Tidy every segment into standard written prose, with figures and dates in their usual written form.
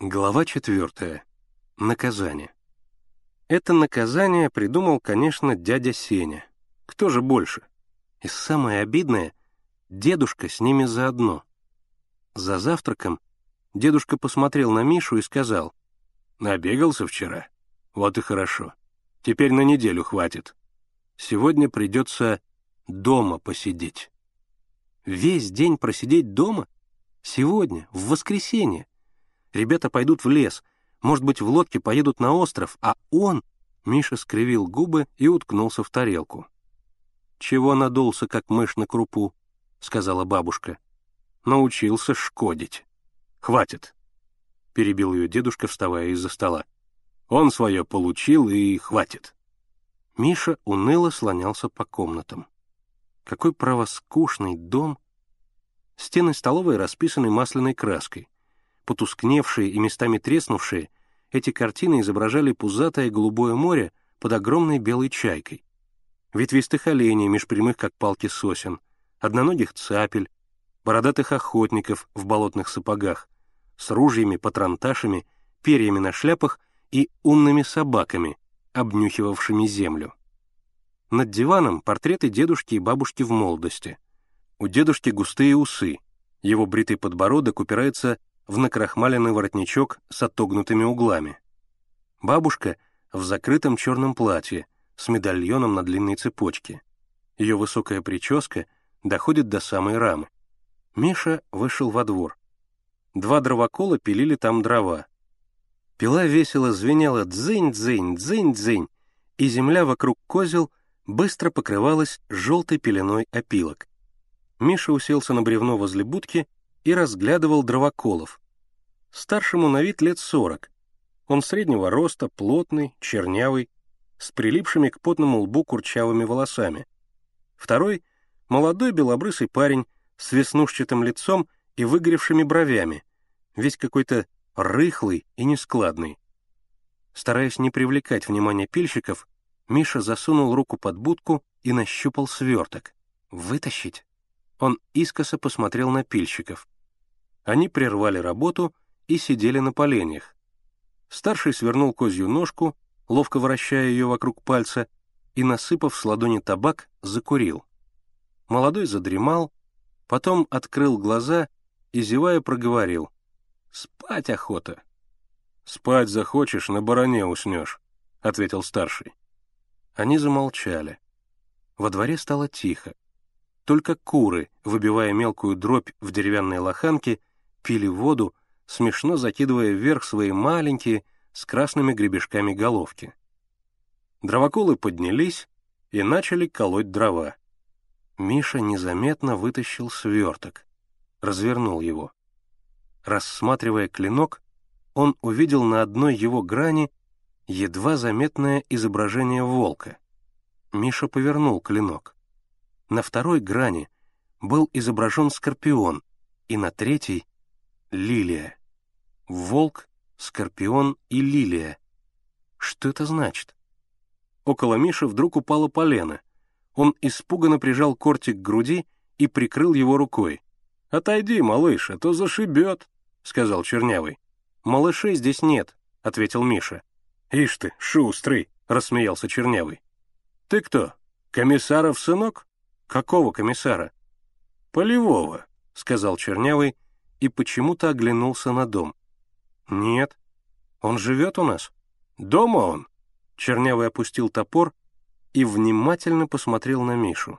Глава 4. Наказание. Это наказание придумал, конечно, дядя Сеня. Кто же больше? И самое обидное — дедушка с ними заодно. За завтраком дедушка посмотрел на Мишу и сказал: «Набегался вчера? Вот и хорошо. Теперь на неделю хватит. Сегодня придется дома посидеть». Весь день просидеть дома? Сегодня, в воскресенье? Ребята пойдут в лес, может быть, в лодке поедут на остров, а он... Миша скривил губы и уткнулся в тарелку. «Чего надулся, как мышь на крупу?» — сказала бабушка. «Научился шкодить». «Хватит», — перебил ее дедушка, вставая из-за стола. «Он свое получил, и хватит». Миша уныло слонялся по комнатам. Какой правоскучный дом! Стены столовой расписаны масляной краской. Потускневшие и местами треснувшие, эти картины изображали пузатое голубое море под огромной белой чайкой. Ветвистых оленей меж прямых, как палки сосен, одноногих цапель, бородатых охотников в болотных сапогах, с ружьями, патронташами, перьями на шляпах и умными собаками, обнюхивавшими землю. Над диваном портреты дедушки и бабушки в молодости. У дедушки густые усы, его бритый подбородок упирается в накрахмаленный воротничок с отогнутыми углами. Бабушка в закрытом черном платье с медальоном на длинной цепочке. Ее высокая прическа доходит до самой рамы. Миша вышел во двор. 2 дровокола пилили там дрова. Пила весело звенела дзынь-дзынь, дзынь-дзынь, и земля вокруг козел быстро покрывалась желтой пеленой опилок. Миша уселся на бревно возле будки и разглядывал дровоколов. Старшему на вид лет 40. Он среднего роста, плотный, чернявый, с прилипшими к потному лбу курчавыми волосами. Второй — молодой белобрысый парень с веснушчатым лицом и выгоревшими бровями, весь какой-то рыхлый и нескладный. Стараясь не привлекать внимания пильщиков, Миша засунул руку под будку и нащупал сверток. «Вытащить?» Он искоса посмотрел на пильщиков. Они прервали работу и сидели на поленьях. Старший свернул козью ножку, ловко вращая ее вокруг пальца, и, насыпав с ладони табак, закурил. Молодой задремал, потом открыл глаза и, зевая, проговорил: «Спать охота». «Спать захочешь, на баране уснешь», — ответил старший. Они замолчали. Во дворе стало тихо. Только куры, выбивая мелкую дробь в деревянной лоханке, пили воду, смешно закидывая вверх свои маленькие с красными гребешками головки. Дровоколы поднялись и начали колоть дрова. Миша незаметно вытащил сверток, развернул его. Рассматривая клинок, он увидел на одной его грани едва заметное изображение волка. Миша повернул клинок. На второй грани был изображен скорпион, и на третьей — лилия. Волк, скорпион и лилия. Что это значит? Около Миши вдруг упало полено. Он испуганно прижал кортик к груди и прикрыл его рукой. «Отойди, малыш, а то зашибет», — сказал Чернявый. «Малышей здесь нет», — ответил Миша. «Ишь ты, шустрый», — рассмеялся Чернявый. «Ты кто, комиссаров сынок?» «Какого комиссара?» «Полевого», — сказал Чернявый и почему-то оглянулся на дом. «Нет, он живет у нас». «Дома он?» Чернявый опустил топор и внимательно посмотрел на Мишу.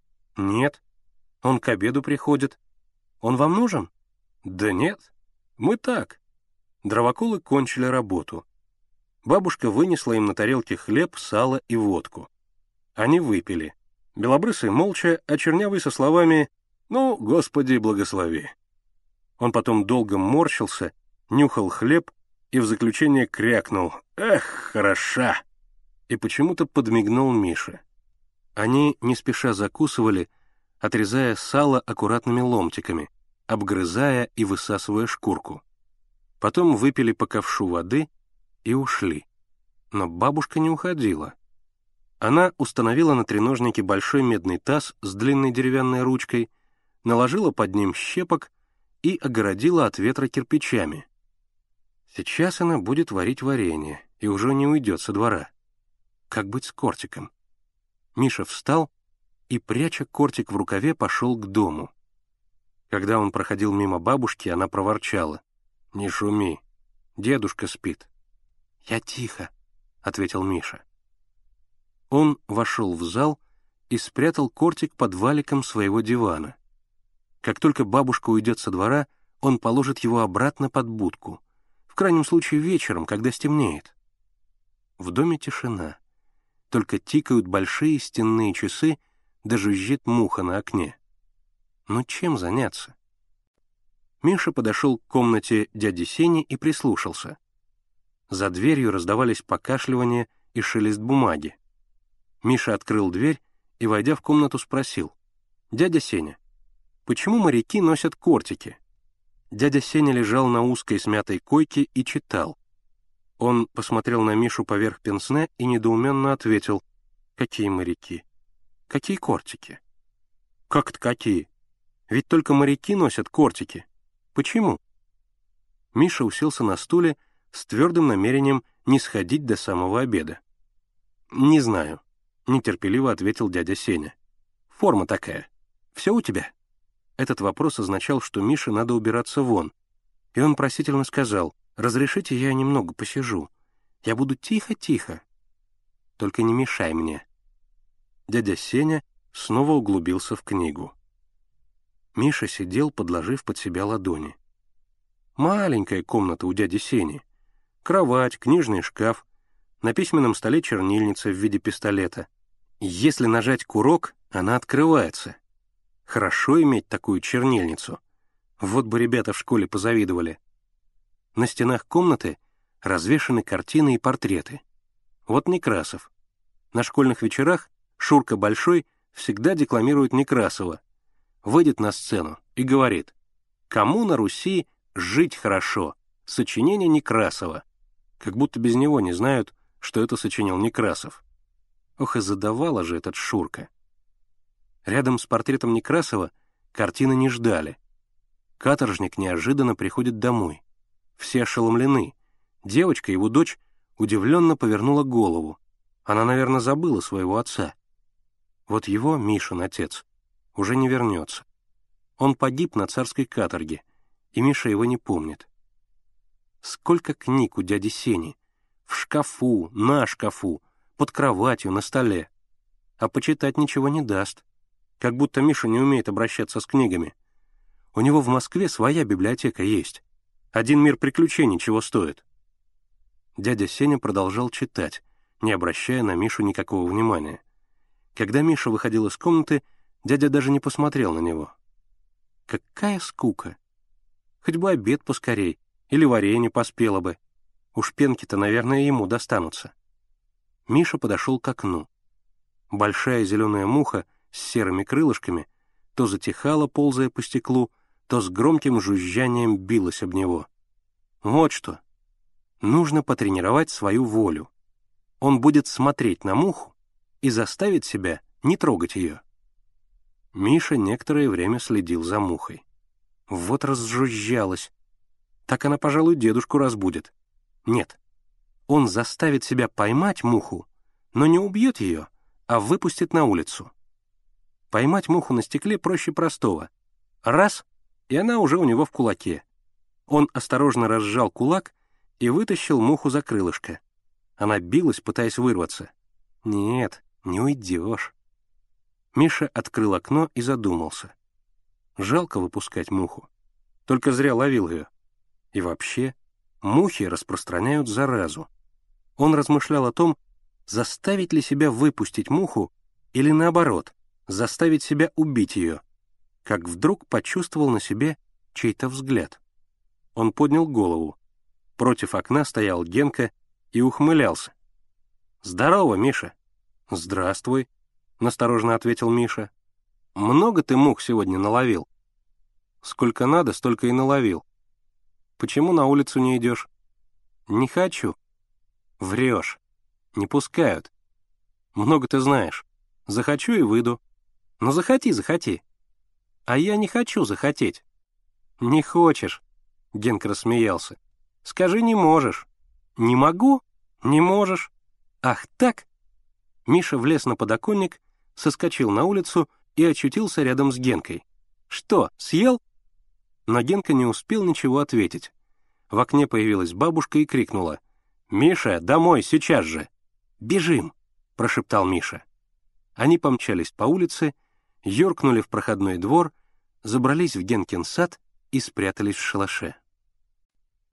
«Нет, он к обеду приходит. Он вам нужен?» «Да нет, мы так». Дровоколы кончили работу. Бабушка вынесла им на тарелке хлеб, сало и водку. Они выпили. Белобрысый молча, а Чернявый со словами «Ну, Господи, благослови». Он потом долго морщился, нюхал хлеб и в заключение крякнул «Эх, хороша!» и почему-то подмигнул Мише. Они не спеша закусывали, отрезая сало аккуратными ломтиками, обгрызая и высасывая шкурку. Потом выпили по ковшу воды и ушли. Но бабушка не уходила. Она установила на треножнике большой медный таз с длинной деревянной ручкой, наложила под ним щепок и огородила от ветра кирпичами. Сейчас она будет варить варенье и уже не уйдет со двора. Как быть с кортиком? Миша встал и, пряча кортик в рукаве, пошел к дому. Когда он проходил мимо бабушки, она проворчала: «Не шуми, дедушка спит». «Я тихо», — ответил Миша. Он вошел в зал и спрятал кортик под валиком своего дивана. Как только бабушка уйдет со двора, он положит его обратно под будку, в крайнем случае вечером, когда стемнеет. В доме тишина, только тикают большие стенные часы, да жужжит муха на окне. Но чем заняться? Миша подошел к комнате дяди Сени и прислушался. За дверью раздавались покашливания и шелест бумаги. Миша открыл дверь и, войдя в комнату, спросил: «Дядя Сеня, почему моряки носят кортики?» Дядя Сеня лежал на узкой смятой койке и читал. Он посмотрел на Мишу поверх пенсне и недоуменно ответил: «Какие моряки? Какие кортики?» «Как-то какие? Ведь только моряки носят кортики. Почему?» Миша уселся на стуле с твердым намерением не сходить до самого обеда. «Не знаю», — нетерпеливо ответил дядя Сеня. «Форма такая. Все у тебя?» Этот вопрос означал, что Мише надо убираться вон, и он просительно сказал: «Разрешите, я немного посижу. Я буду тихо-тихо. Только не мешай мне». Дядя Сеня снова углубился в книгу. Миша сидел, подложив под себя ладони. Маленькая комната у дяди Сени. Кровать, книжный шкаф, на письменном столе чернильница в виде пистолета. Если нажать курок, она открывается. Хорошо иметь такую чернильницу. Вот бы ребята в школе позавидовали. На стенах комнаты развешаны картины и портреты. Вот Некрасов. На школьных вечерах Шурка Большой всегда декламирует Некрасова, выйдет на сцену и говорит: «Кому на Руси жить хорошо? Сочинение Некрасова». Как будто без него не знают, что это сочинил Некрасов. Ох, и задавала же этот Шурка. Рядом с портретом Некрасова картины не ждали. Каторжник неожиданно приходит домой. Все ошеломлены. Девочка, его дочь, удивленно повернула голову. Она, наверное, забыла своего отца. Вот его, Мишин отец, уже не вернется. Он погиб на царской каторге, и Миша его не помнит. Сколько книг у дяди Сени. В шкафу, на шкафу, под кроватью, на столе. А почитать ничего не даст. Как будто Миша не умеет обращаться с книгами. У него в Москве своя библиотека есть. «Один мир приключений» чего стоит. Дядя Сеня продолжал читать, не обращая на Мишу никакого внимания. Когда Миша выходил из комнаты, дядя даже не посмотрел на него. Какая скука! Хоть бы обед поскорей, или варенье поспело бы. Уж пенки-то, наверное, ему достанутся. Миша подошел к окну. Большая зеленая муха с серыми крылышками то затихала, ползая по стеклу, то с громким жужжанием билась об него. Вот что. Нужно потренировать свою волю. Он будет смотреть на муху и заставит себя не трогать ее. Миша некоторое время следил за мухой. Вот разжужжалась. Так она, пожалуй, дедушку разбудит. Нет. Он заставит себя поймать муху, но не убьет ее, а выпустит на улицу. Поймать муху на стекле проще простого. Раз — и она уже у него в кулаке. Он осторожно разжал кулак и вытащил муху за крылышко. Она билась, пытаясь вырваться. Нет, не уйдешь. Миша открыл окно и задумался. Жалко выпускать муху. Только зря ловил ее. И вообще, мухи распространяют заразу. Он размышлял о том, заставить ли себя выпустить муху или, наоборот, заставить себя убить ее, как вдруг почувствовал на себе чей-то взгляд. Он поднял голову. Против окна стоял Генка и ухмылялся. «Здорово, Миша!» «Здравствуй», — насторожно ответил Миша. «Много ты мух сегодня наловил?» «Сколько надо, столько и наловил». «Почему на улицу не идешь?» «Не хочу». «Врешь. Не пускают». «Много ты знаешь. Захочу и выйду». «Ну захоти, захоти». «А я не хочу захотеть». «Не хочешь», — Генка рассмеялся. Скажи, не можешь». «Не могу? Не можешь. Ах так?» Миша влез на подоконник, соскочил на улицу и очутился рядом с Генкой. «Что, съел?» Но Генка не успел ничего ответить. В окне появилась бабушка и крикнула: «Миша, домой, сейчас же!» «Бежим!» — прошептал Миша. Они помчались по улице, юркнули в проходной двор, забрались в Генкин сад и спрятались в шалаше.